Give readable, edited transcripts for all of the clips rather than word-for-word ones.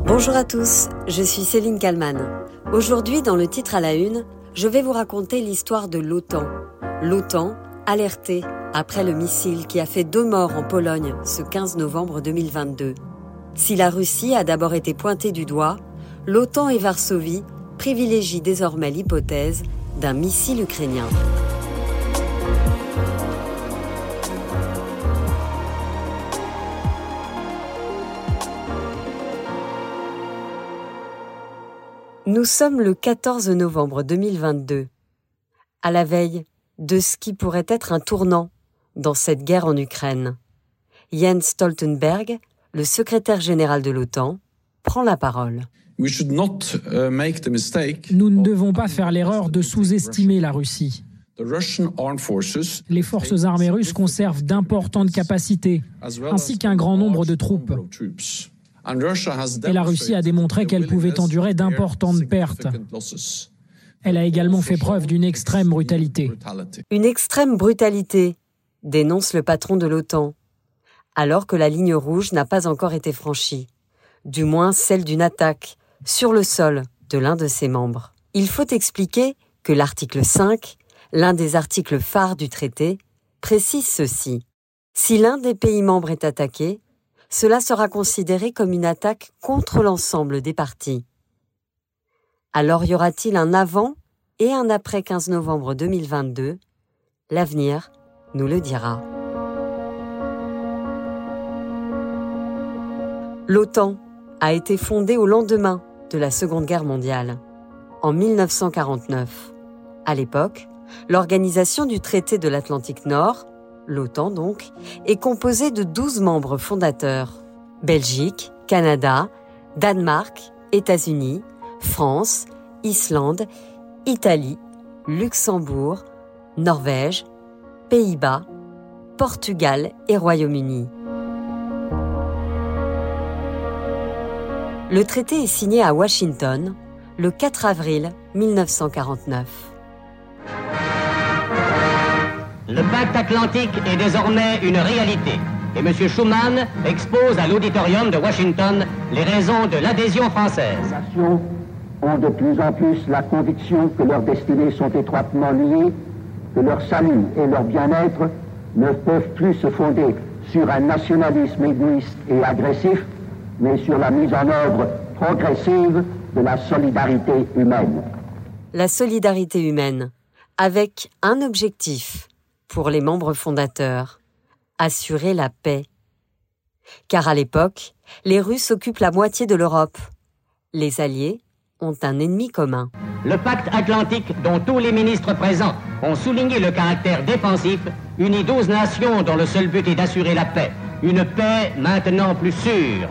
Bonjour à tous, je suis Céline Kallmann. Aujourd'hui, dans le titre à la une, je vais vous raconter l'histoire de l'OTAN. L'OTAN, alertée après le missile qui a fait 2 morts en Pologne ce 15 novembre 2022. Si la Russie a d'abord été pointée du doigt, l'OTAN et Varsovie privilégient désormais l'hypothèse d'un missile ukrainien. Nous sommes le 14 novembre 2022, à la veille de ce qui pourrait être un tournant dans cette guerre en Ukraine. Jens Stoltenberg, le secrétaire général de l'OTAN, prend la parole. Nous ne devons pas faire l'erreur de sous-estimer la Russie. Les forces armées russes conservent d'importantes capacités, ainsi qu'un grand nombre de troupes. Et la Russie a démontré qu'elle pouvait endurer d'importantes pertes. Elle a également fait preuve d'une extrême brutalité. Une extrême brutalité, dénonce le patron de l'OTAN, alors que la ligne rouge n'a pas encore été franchie, du moins celle d'une attaque sur le sol de l'un de ses membres. Il faut expliquer que l'article 5, l'un des articles phares du traité, précise ceci. Si l'un des pays membres est attaqué, cela sera considéré comme une attaque contre l'ensemble des parties. Alors y aura-t-il un avant et un après 15 novembre 2022 ? L'avenir nous le dira. L'OTAN a été fondée au lendemain de la Seconde Guerre mondiale, en 1949. À l'époque, l'organisation du traité de l'Atlantique Nord, l'OTAN donc, est composée de 12 membres fondateurs. Belgique, Canada, Danemark, États-Unis, France, Islande, Italie, Luxembourg, Norvège, Pays-Bas, Portugal et Royaume-Uni. Le traité est signé à Washington le 4 avril 1949. Le pacte atlantique est désormais une réalité et M. Schuman expose à l'auditorium de Washington les raisons de l'adhésion française. Les nations ont de plus en plus la conviction que leurs destinées sont étroitement liées, que leur salut et leur bien-être ne peuvent plus se fonder sur un nationalisme égoïste et agressif, mais sur la mise en œuvre progressive de la solidarité humaine. La solidarité humaine, avec un objectif pour les membres fondateurs, assurer la paix. Car à l'époque, les Russes occupent la moitié de l'Europe. Les Alliés ont un ennemi commun. Le pacte atlantique, dont tous les ministres présents ont souligné le caractère défensif, unit 12 nations dont le seul but est d'assurer la paix. Une paix maintenant plus sûre.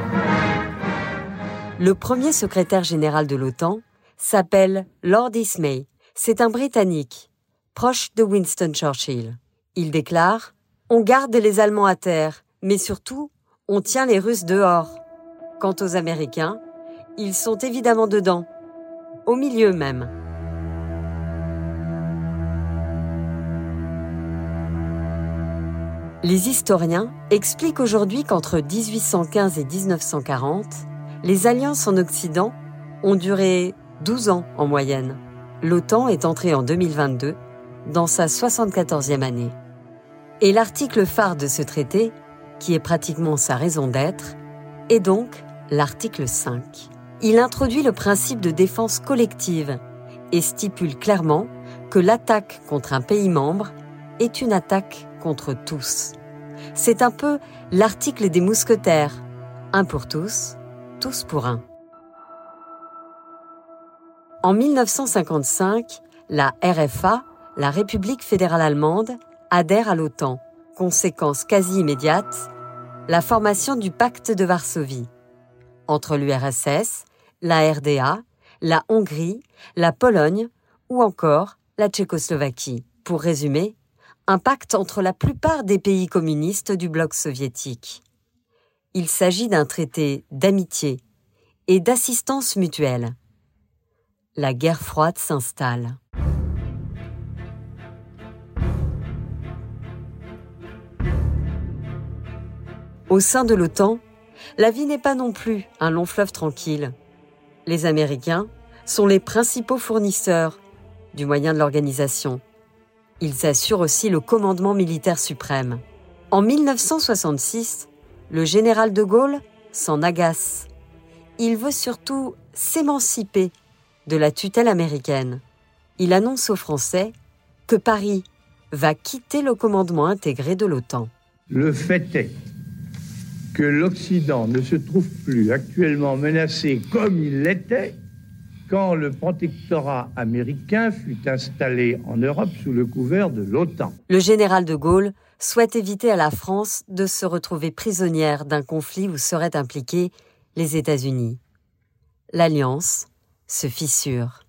Le premier secrétaire général de l'OTAN s'appelle Lord Ismay. C'est un Britannique, proche de Winston Churchill. Il déclare « On garde les Allemands à terre, mais surtout, on tient les Russes dehors. Quant aux Américains, ils sont évidemment dedans, au milieu même. » Les historiens expliquent aujourd'hui qu'entre 1815 et 1940, les alliances en Occident ont duré 12 ans en moyenne. L'OTAN est entrée en 2022 dans sa 74e année. Et l'article phare de ce traité, qui est pratiquement sa raison d'être, est donc l'article 5. Il introduit le principe de défense collective et stipule clairement que l'attaque contre un pays membre est une attaque contre tous. C'est un peu l'article des mousquetaires, un pour tous, tous pour un. En 1955, la RFA, la République fédérale allemande, adhère à l'OTAN. Conséquence quasi immédiate, la formation du pacte de Varsovie. Entre l'URSS, la RDA, la Hongrie, la Pologne ou encore la Tchécoslovaquie. Pour résumer, un pacte entre la plupart des pays communistes du bloc soviétique. Il s'agit d'un traité d'amitié et d'assistance mutuelle. La guerre froide s'installe. Au sein de l'OTAN, La vie n'est pas non plus un long fleuve tranquille. Les Américains sont les principaux fournisseurs du moyen de l'organisation. Ils assurent aussi le commandement militaire suprême. En 1966, le général de Gaulle s'en agace. Il veut surtout s'émanciper de la tutelle américaine. Il annonce aux Français que Paris va quitter le commandement intégré de l'OTAN. Le fait est que l'Occident ne se trouve plus actuellement menacé comme il l'était quand le protectorat américain fut installé en Europe sous le couvert de l'OTAN. Le général de Gaulle souhaite éviter à la France de se retrouver prisonnière d'un conflit où seraient impliqués les États-Unis. L'alliance se fissure.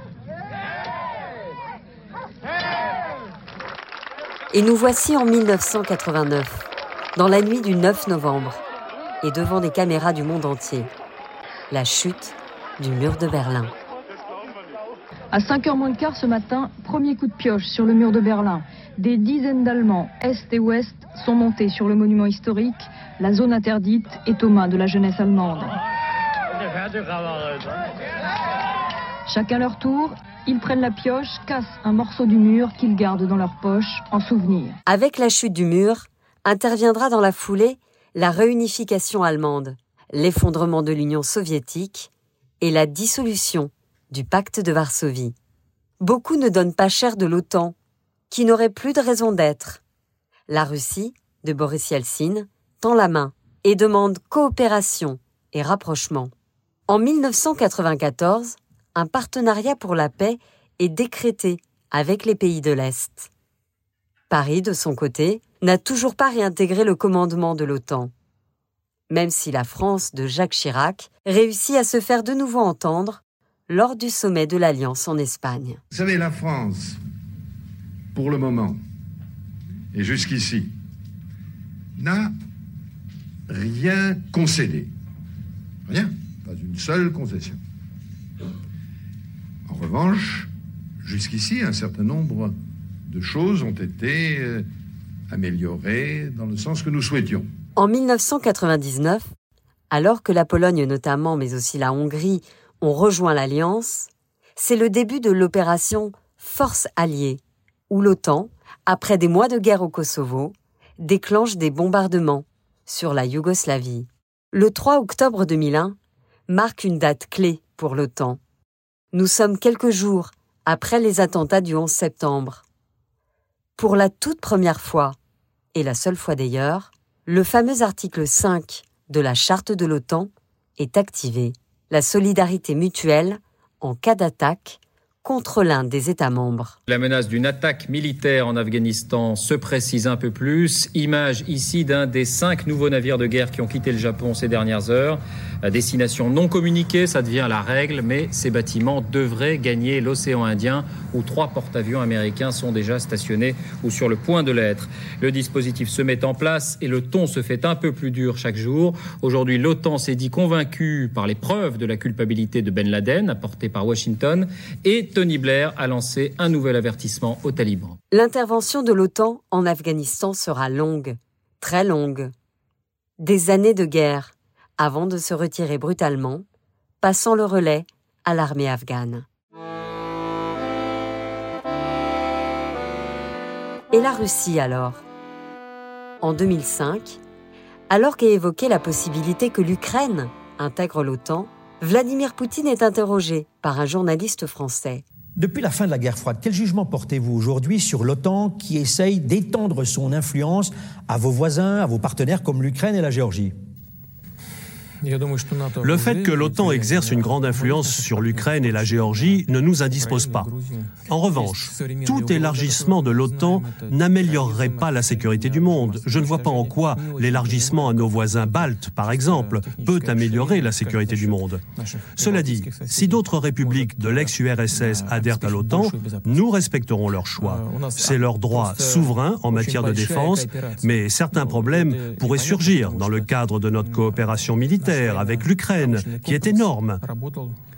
Et nous voici en 1989, dans la nuit du 9 novembre, et devant des caméras du monde entier. La chute du mur de Berlin. À 5h moins le quart ce matin, premier coup de pioche sur le mur de Berlin. Des dizaines d'Allemands, Est et Ouest, sont montés sur le monument historique. La zone interdite est aux mains de la jeunesse allemande. Chacun leur tour, ils prennent la pioche, cassent un morceau du mur qu'ils gardent dans leur poche en souvenir. Avec la chute du mur, interviendra dans la foulée la réunification allemande, l'effondrement de l'Union soviétique et la dissolution du pacte de Varsovie. Beaucoup ne donnent pas cher de l'OTAN, qui n'aurait plus de raison d'être. La Russie, de Boris Yeltsin, tend la main et demande coopération et rapprochement. En 1994, un partenariat pour la paix est décrété avec les pays de l'Est. Paris, de son côté, n'a toujours pas réintégré le commandement de l'OTAN. Même si la France de Jacques Chirac réussit à se faire de nouveau entendre lors du sommet de l'Alliance en Espagne. Vous savez, la France, pour le moment, et jusqu'ici, n'a rien concédé. Rien, pas une seule concession. En revanche, jusqu'ici, un certain nombre de choses ont été améliorées dans le sens que nous souhaitions. En 1999, alors que la Pologne notamment, mais aussi la Hongrie, ont rejoint l'Alliance, c'est le début de l'opération Force Alliée, où l'OTAN, après des mois de guerre au Kosovo, déclenche des bombardements sur la Yougoslavie. Le 3 octobre 2001 marque une date clé pour l'OTAN. Nous sommes quelques jours après les attentats du 11 septembre. Pour la toute première fois, et la seule fois d'ailleurs, le fameux article 5 de la Charte de l'OTAN est activé. La solidarité mutuelle en cas d'attaque contre l'un des États membres. La menace d'une attaque militaire en Afghanistan se précise un peu plus. Image ici d'un des 5 nouveaux navires de guerre qui ont quitté le Japon ces dernières heures. La destination non communiquée, ça devient la règle, mais ces bâtiments devraient gagner l'océan Indien où 3 porte-avions américains sont déjà stationnés ou sur le point de l'être. Le dispositif se met en place et le ton se fait un peu plus dur chaque jour. Aujourd'hui, l'OTAN s'est dit convaincue par les preuves de la culpabilité de Ben Laden apportées par Washington et Tony Blair a lancé un nouvel avertissement aux talibans. L'intervention de l'OTAN en Afghanistan sera longue, très longue. Des années de guerre, avant de se retirer brutalement, passant le relais à l'armée afghane. Et la Russie alors ? En 2005, alors qu'est évoquée la possibilité que l'Ukraine intègre l'OTAN, Vladimir Poutine est interrogé par un journaliste français. Depuis la fin de la guerre froide, quel jugement portez-vous aujourd'hui sur l'OTAN qui essaye d'étendre son influence à vos voisins, à vos partenaires comme l'Ukraine et la Géorgie ? Le fait que l'OTAN exerce une grande influence sur l'Ukraine et la Géorgie ne nous indispose pas. En revanche, tout élargissement de l'OTAN n'améliorerait pas la sécurité du monde. Je ne vois pas en quoi l'élargissement à nos voisins baltes, par exemple, peut améliorer la sécurité du monde. Cela dit, si d'autres républiques de l'ex-URSS adhèrent à l'OTAN, nous respecterons leur choix. C'est leur droit souverain en matière de défense, mais certains problèmes pourraient surgir dans le cadre de notre coopération militaire avec l'Ukraine, qui est énorme.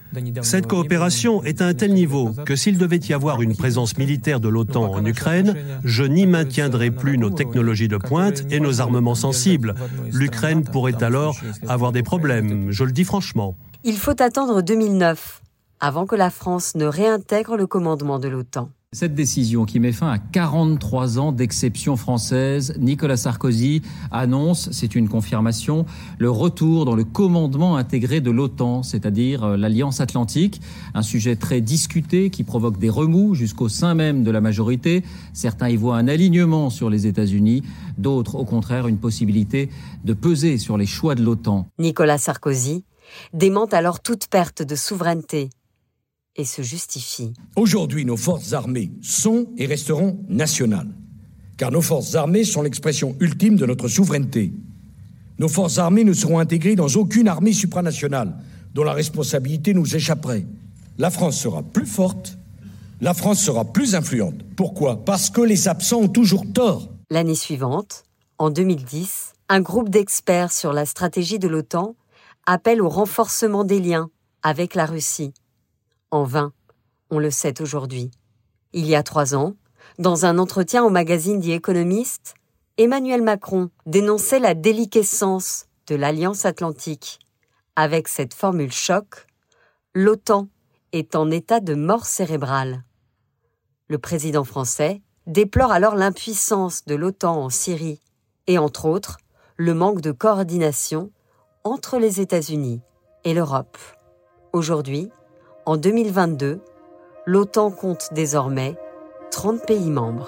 Cette coopération est à un tel niveau que s'il devait y avoir une présence militaire de l'OTAN en Ukraine, je n'y maintiendrai plus nos technologies de pointe et nos armements sensibles. L'Ukraine pourrait alors avoir des problèmes, je le dis franchement. Il faut attendre 2009 avant que la France ne réintègre le commandement de l'OTAN. Cette décision qui met fin à 43 ans d'exception française, Nicolas Sarkozy annonce, c'est une confirmation, le retour dans le commandement intégré de l'OTAN, c'est-à-dire l'Alliance Atlantique. Un sujet très discuté qui provoque des remous jusqu'au sein même de la majorité. Certains y voient un alignement sur les États-Unis, d'autres au contraire une possibilité de peser sur les choix de l'OTAN. Nicolas Sarkozy dément alors toute perte de souveraineté et se justifie. Aujourd'hui, nos forces armées sont et resteront nationales, car nos forces armées sont l'expression ultime de notre souveraineté. Nos forces armées ne seront intégrées dans aucune armée supranationale, dont la responsabilité nous échapperait. La France sera plus forte, la France sera plus influente. Pourquoi ? Parce que les absents ont toujours tort. L'année suivante, en 2010, un groupe d'experts sur la stratégie de l'OTAN appelle au renforcement des liens avec la Russie. En vain, on le sait aujourd'hui. Il y a 3 ans, dans un entretien au magazine The Economist, Emmanuel Macron dénonçait la déliquescence de l'Alliance Atlantique. Avec cette formule choc, l'OTAN est en état de mort cérébrale. Le président français déplore alors l'impuissance de l'OTAN en Syrie et, entre autres, le manque de coordination entre les États-Unis et l'Europe. Aujourd'hui, en 2022, l'OTAN compte désormais 30 pays membres.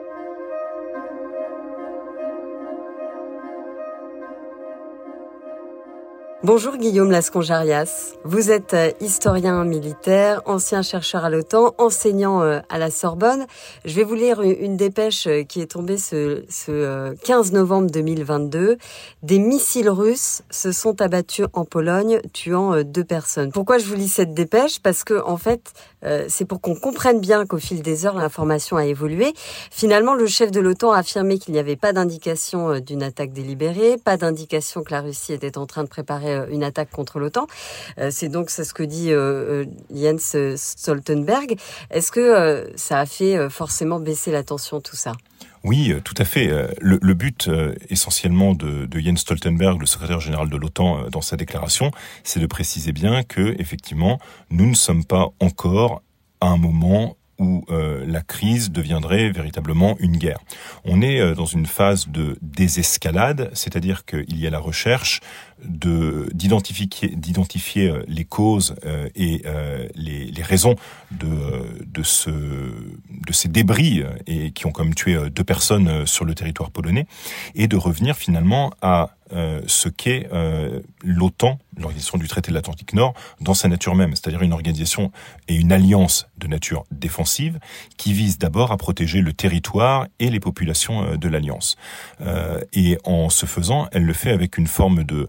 Bonjour Guillaume Lasconjarias, vous êtes historien militaire, ancien chercheur à l'OTAN, enseignant à la Sorbonne. Je vais vous lire une dépêche qui est tombée ce 15 novembre 2022. Des missiles russes se sont abattus en Pologne, tuant 2 personnes. Pourquoi je vous lis cette dépêche ? Parce que en fait, c'est pour qu'on comprenne bien qu'au fil des heures, l'information a évolué. Finalement, le chef de l'OTAN a affirmé qu'il n'y avait pas d'indication d'une attaque délibérée, pas d'indication que la Russie était en train de préparer une attaque contre l'OTAN. C'est ce que dit Jens Stoltenberg. Est-ce que ça a fait forcément baisser la tension, tout ça ? Oui, tout à fait. Le but essentiellement de Jens Stoltenberg, le secrétaire général de l'OTAN, dans sa déclaration, c'est de préciser bien que, effectivement, nous ne sommes pas encore à un moment où la crise deviendrait véritablement une guerre. On est dans une phase de désescalade, c'est-à-dire qu'il y a la recherche d'identifier les causes et les raisons de ces débris et qui ont quand même tué 2 personnes sur le territoire polonais, et de revenir finalement à ce qu'est l'OTAN, l'organisation du traité de l'Atlantique Nord, dans sa nature même, c'est-à-dire une organisation et une alliance de nature défensive qui vise d'abord à protéger le territoire et les populations de l'alliance. Et en ce faisant, elle le fait avec une forme de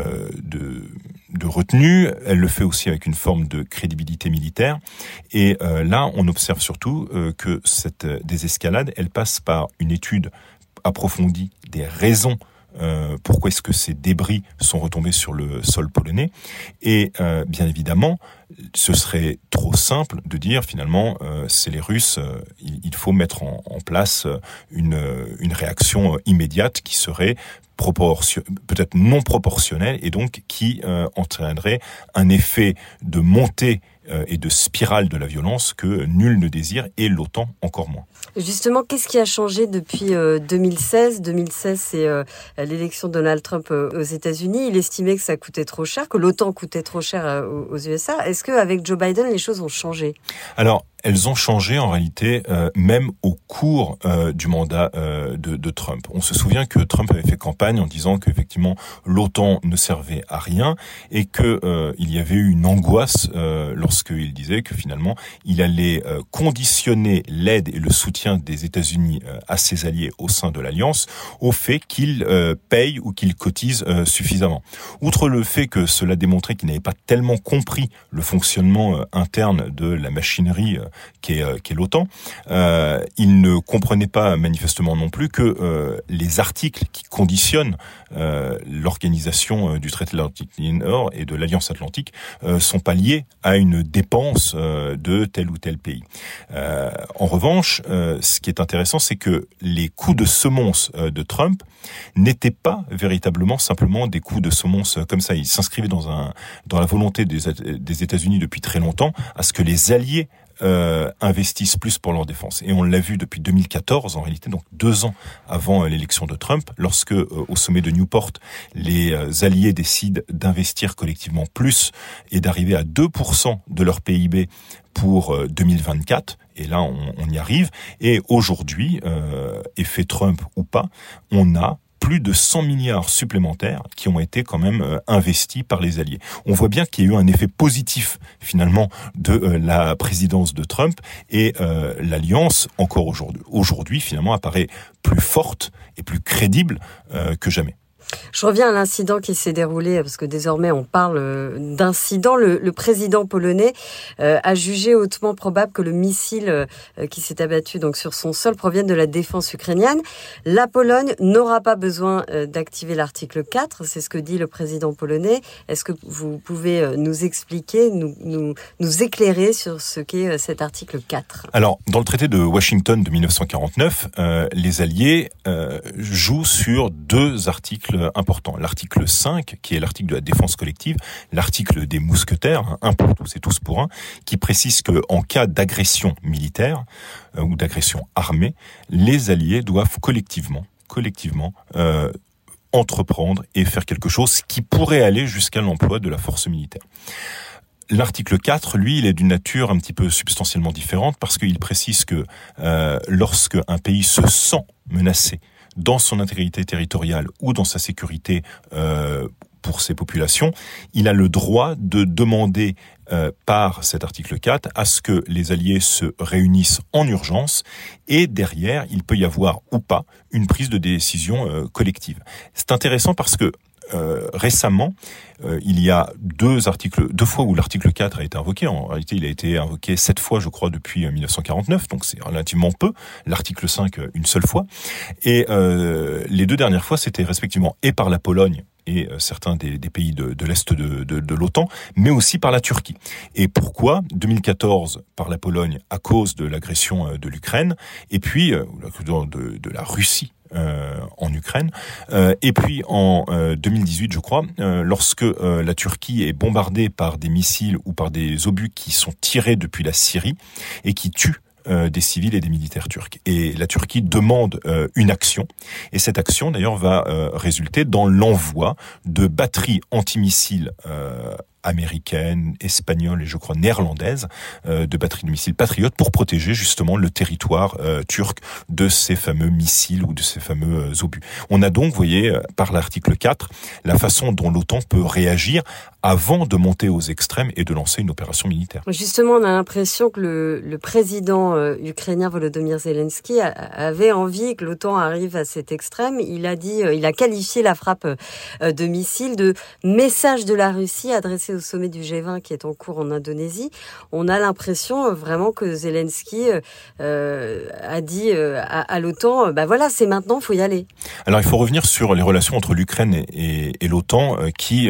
retenue, elle le fait aussi avec une forme de crédibilité militaire. Et là, on observe surtout que cette désescalade, elle passe par une étude approfondie des raisons pourquoi est-ce que ces débris sont retombés sur le sol polonais. Et bien évidemment, ce serait trop simple de dire finalement c'est les Russes, il faut mettre en place une réaction immédiate qui serait peut-être non proportionnelle et donc qui entraînerait un effet de montée et de spirale de la violence que nul ne désire, et l'OTAN encore moins. Justement, qu'est-ce qui a changé depuis 2016 ? 2016, c'est l'élection de Donald Trump aux États-Unis. Il estimait que ça coûtait trop cher, que l'OTAN coûtait trop cher aux USA. Est-ce qu'avec Joe Biden, les choses ont changé ? Alors, elles ont changé en réalité même au cours du mandat de Trump. On se souvient que Trump avait fait campagne en disant qu'effectivement l'OTAN ne servait à rien et que il y avait eu une angoisse lorsqu'il disait que finalement il allait conditionner l'aide et le soutien des États-Unis à ses alliés au sein de l'Alliance au fait qu'ils payent ou qu'ils cotisent suffisamment. Outre le fait que cela démontrait qu'il n'avait pas tellement compris le fonctionnement interne de la machinerie qu'est l'OTAN. Il ne comprenait pas manifestement non plus que les articles qui conditionnent l'organisation du traité de l'Atlantique Nord et de l'Alliance Atlantique sont pas liés à une dépense de tel ou tel pays. En revanche, ce qui est intéressant, c'est que les coups de semonce de Trump n'étaient pas véritablement simplement des coups de semonce comme ça. Ils s'inscrivaient dans la volonté des États-Unis depuis très longtemps à ce que les alliés investissent plus pour leur défense. Et on l'a vu depuis 2014, en réalité, donc 2 ans avant l'élection de Trump, lorsque, au sommet de Newport, les alliés décident d'investir collectivement plus et d'arriver à 2% de leur PIB pour 2024. Et là, on y arrive. Et aujourd'hui, effet Trump ou pas, on a plus de 100 milliards supplémentaires qui ont été quand même investis par les alliés. On voit bien qu'il y a eu un effet positif finalement de la présidence de Trump et l'alliance encore aujourd'hui finalement apparaît plus forte et plus crédible que jamais. Je reviens à l'incident qui s'est déroulé, parce que désormais on parle d'incident. Le président polonais a jugé hautement probable que le missile qui s'est abattu donc sur son sol provienne de la défense ukrainienne. La Pologne n'aura pas besoin d'activer l'article 4, c'est ce que dit le président polonais. Est-ce que vous pouvez nous expliquer, nous éclairer sur ce qu'est cet article 4 ? Alors, dans le traité de Washington de 1949, les Alliés jouent sur 2 articles importants. L'article 5, qui est l'article de la défense collective, l'article des mousquetaires, un pour tous et tous pour un, qui précise que en cas d'agression militaire ou d'agression armée, les Alliés doivent collectivement entreprendre et faire quelque chose qui pourrait aller jusqu'à l'emploi de la force militaire. L'article 4, lui, il est d'une nature un petit peu substantiellement différente parce qu'il précise que lorsque un pays se sent menacé dans son intégrité territoriale ou dans sa sécurité pour ses populations, il a le droit de demander par cet article 4 à ce que les alliés se réunissent en urgence et derrière, il peut y avoir ou pas une prise de décision collective. C'est intéressant parce que récemment, il y a 2 fois où l'article 4 a été invoqué. En réalité, il a été invoqué 7 fois, je crois, depuis 1949, donc c'est relativement peu. L'article 5, une seule fois. Et les 2 dernières fois, c'était respectivement et par la Pologne et certains des pays de l'Est de l'OTAN, mais aussi par la Turquie. Et pourquoi ? 2014 par la Pologne à cause de l'agression de l'Ukraine, et puis de la Russie en Ukraine, et puis en 2018, je crois, lorsque la Turquie est bombardée par des missiles ou par des obus qui sont tirés depuis la Syrie et qui tuent des civils et des militaires turcs. Et la Turquie demande une action, et cette action d'ailleurs va résulter dans l'envoi de batteries antimissiles américaines, espagnoles et je crois néerlandaises, de batteries de missiles patriotes pour protéger justement le territoire turc de ces fameux missiles ou de ces fameux obus. On a donc, vous voyez, par l'article 4, la façon dont l'OTAN peut réagir avant de monter aux extrêmes et de lancer une opération militaire. Justement, on a l'impression que le président ukrainien Volodymyr Zelensky avait envie que l'OTAN arrive à cet extrême. Il a qualifié la frappe de missile de message de la Russie adressé au sommet du G20 qui est en cours en Indonésie. On a l'impression vraiment que Zelensky a dit à l'OTAN, voilà, c'est maintenant, faut y aller. Alors, il faut revenir sur les relations entre l'Ukraine et l'OTAN qui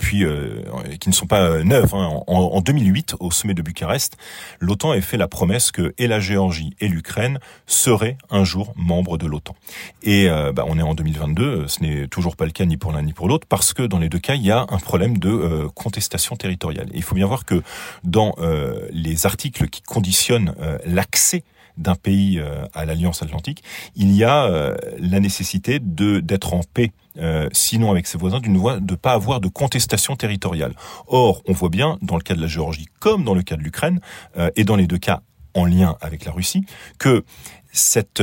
ne sont pas neuves. En 2008, au sommet de Bucarest, l'OTAN a fait la promesse que et la Géorgie et l'Ukraine seraient un jour membres de l'OTAN. Et on est en 2022, ce n'est toujours pas le cas ni pour l'un ni pour l'autre, parce que dans les 2 cas, il y a un problème de contestation territoriale. Et il faut bien voir que dans les articles qui conditionnent l'accès d'un pays à l'Alliance Atlantique, il y a la nécessité d'être en paix, sinon avec ses voisins, de pas avoir de contestation territoriale. Or, on voit bien, dans le cas de la Géorgie comme dans le cas de l'Ukraine, et dans les 2 cas en lien avec la Russie, que cet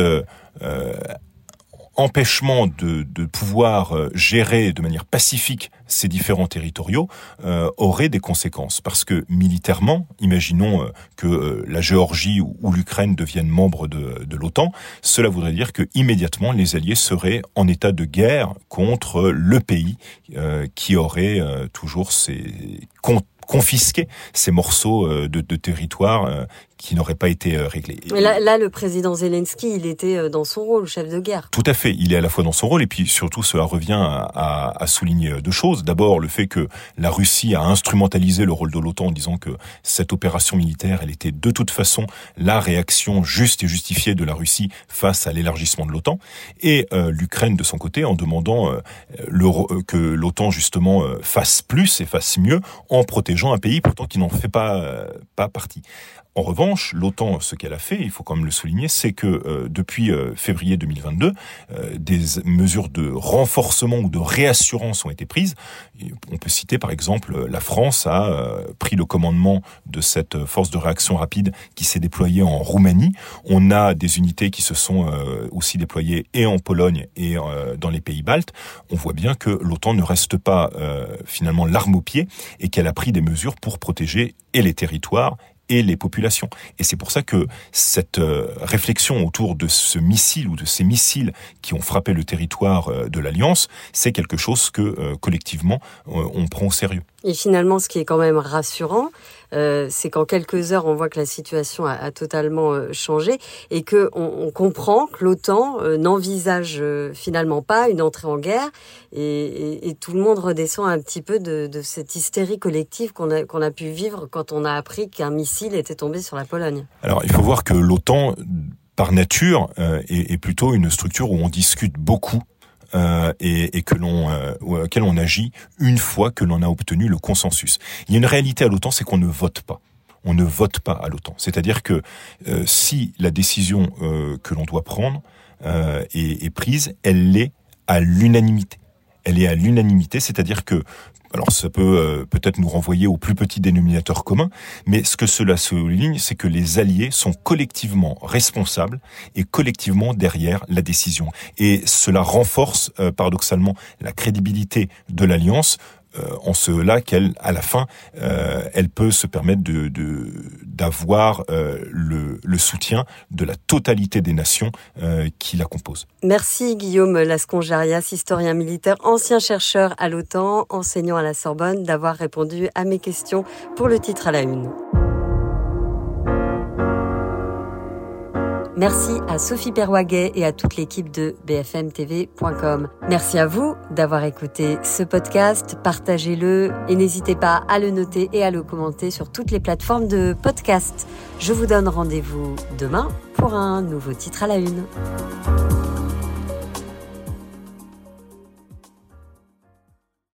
empêchement de pouvoir gérer de manière pacifique ces différents territoriaux aurait des conséquences. Parce que militairement, imaginons que la Géorgie ou l'Ukraine deviennent membres de l'OTAN, cela voudrait dire que immédiatement les Alliés seraient en état de guerre contre le pays qui aurait toujours confisqué ces morceaux de territoire qui n'aurait pas été réglé. Mais là, le président Zelensky, il était dans son rôle, chef de guerre. Tout à fait, il est à la fois dans son rôle et puis surtout cela revient à souligner deux choses. D'abord, le fait que la Russie a instrumentalisé le rôle de l'OTAN en disant que cette opération militaire, elle était de toute façon la réaction juste et justifiée de la Russie face à l'élargissement de l'OTAN. Et l'Ukraine, de son côté, en demandant que l'OTAN, justement, fasse plus et fasse mieux en protégeant un pays pourtant qui n'en fait pas partie. En revanche, l'OTAN, ce qu'elle a fait, il faut quand même le souligner, c'est que depuis février 2022, des mesures de renforcement ou de réassurance ont été prises. Et on peut citer par exemple, la France a pris le commandement de cette force de réaction rapide qui s'est déployée en Roumanie. On a des unités qui se sont aussi déployées et en Pologne et dans les pays baltes. On voit bien que l'OTAN ne reste pas finalement l'arme au pied et qu'elle a pris des mesures pour protéger et les territoires et les populations. Et c'est pour ça que cette réflexion autour de ce missile ou de ces missiles qui ont frappé le territoire de l'Alliance, c'est quelque chose que collectivement on prend au sérieux. Et finalement, ce qui est quand même rassurant, c'est qu'en quelques heures, on voit que la situation a totalement changé et que on comprend que l'OTAN n'envisage finalement pas une entrée en guerre et tout le monde redescend un petit peu de cette hystérie collective qu'on a pu vivre quand on a appris qu'un missile était tombé sur la Pologne. Alors, il faut voir que l'OTAN, par nature, est plutôt une structure où on discute beaucoup. Et auquel on agit une fois que l'on a obtenu le consensus. Il y a une réalité à l'OTAN, c'est qu'on ne vote pas. On ne vote pas à l'OTAN. C'est-à-dire que si la décision que l'on doit prendre est prise, elle l'est à l'unanimité. Elle est à l'unanimité, c'est-à-dire que alors ça peut peut-être nous renvoyer au plus petit dénominateur commun, mais ce que cela souligne, c'est que les alliés sont collectivement responsables et collectivement derrière la décision. Et cela renforce paradoxalement la crédibilité de l'Alliance, en cela qu'elle, à la fin, elle peut se permettre d'avoir le soutien de la totalité des nations qui la composent. Merci Guillaume Lasconge-Arias, historien militaire, ancien chercheur à l'OTAN, enseignant à la Sorbonne, d'avoir répondu à mes questions pour le titre à la une. Merci à Sophie Perwaguet et à toute l'équipe de bfmtv.com. Merci à vous d'avoir écouté ce podcast. Partagez-le et n'hésitez pas à le noter et à le commenter sur toutes les plateformes de podcast. Je vous donne rendez-vous demain pour un nouveau titre à la une.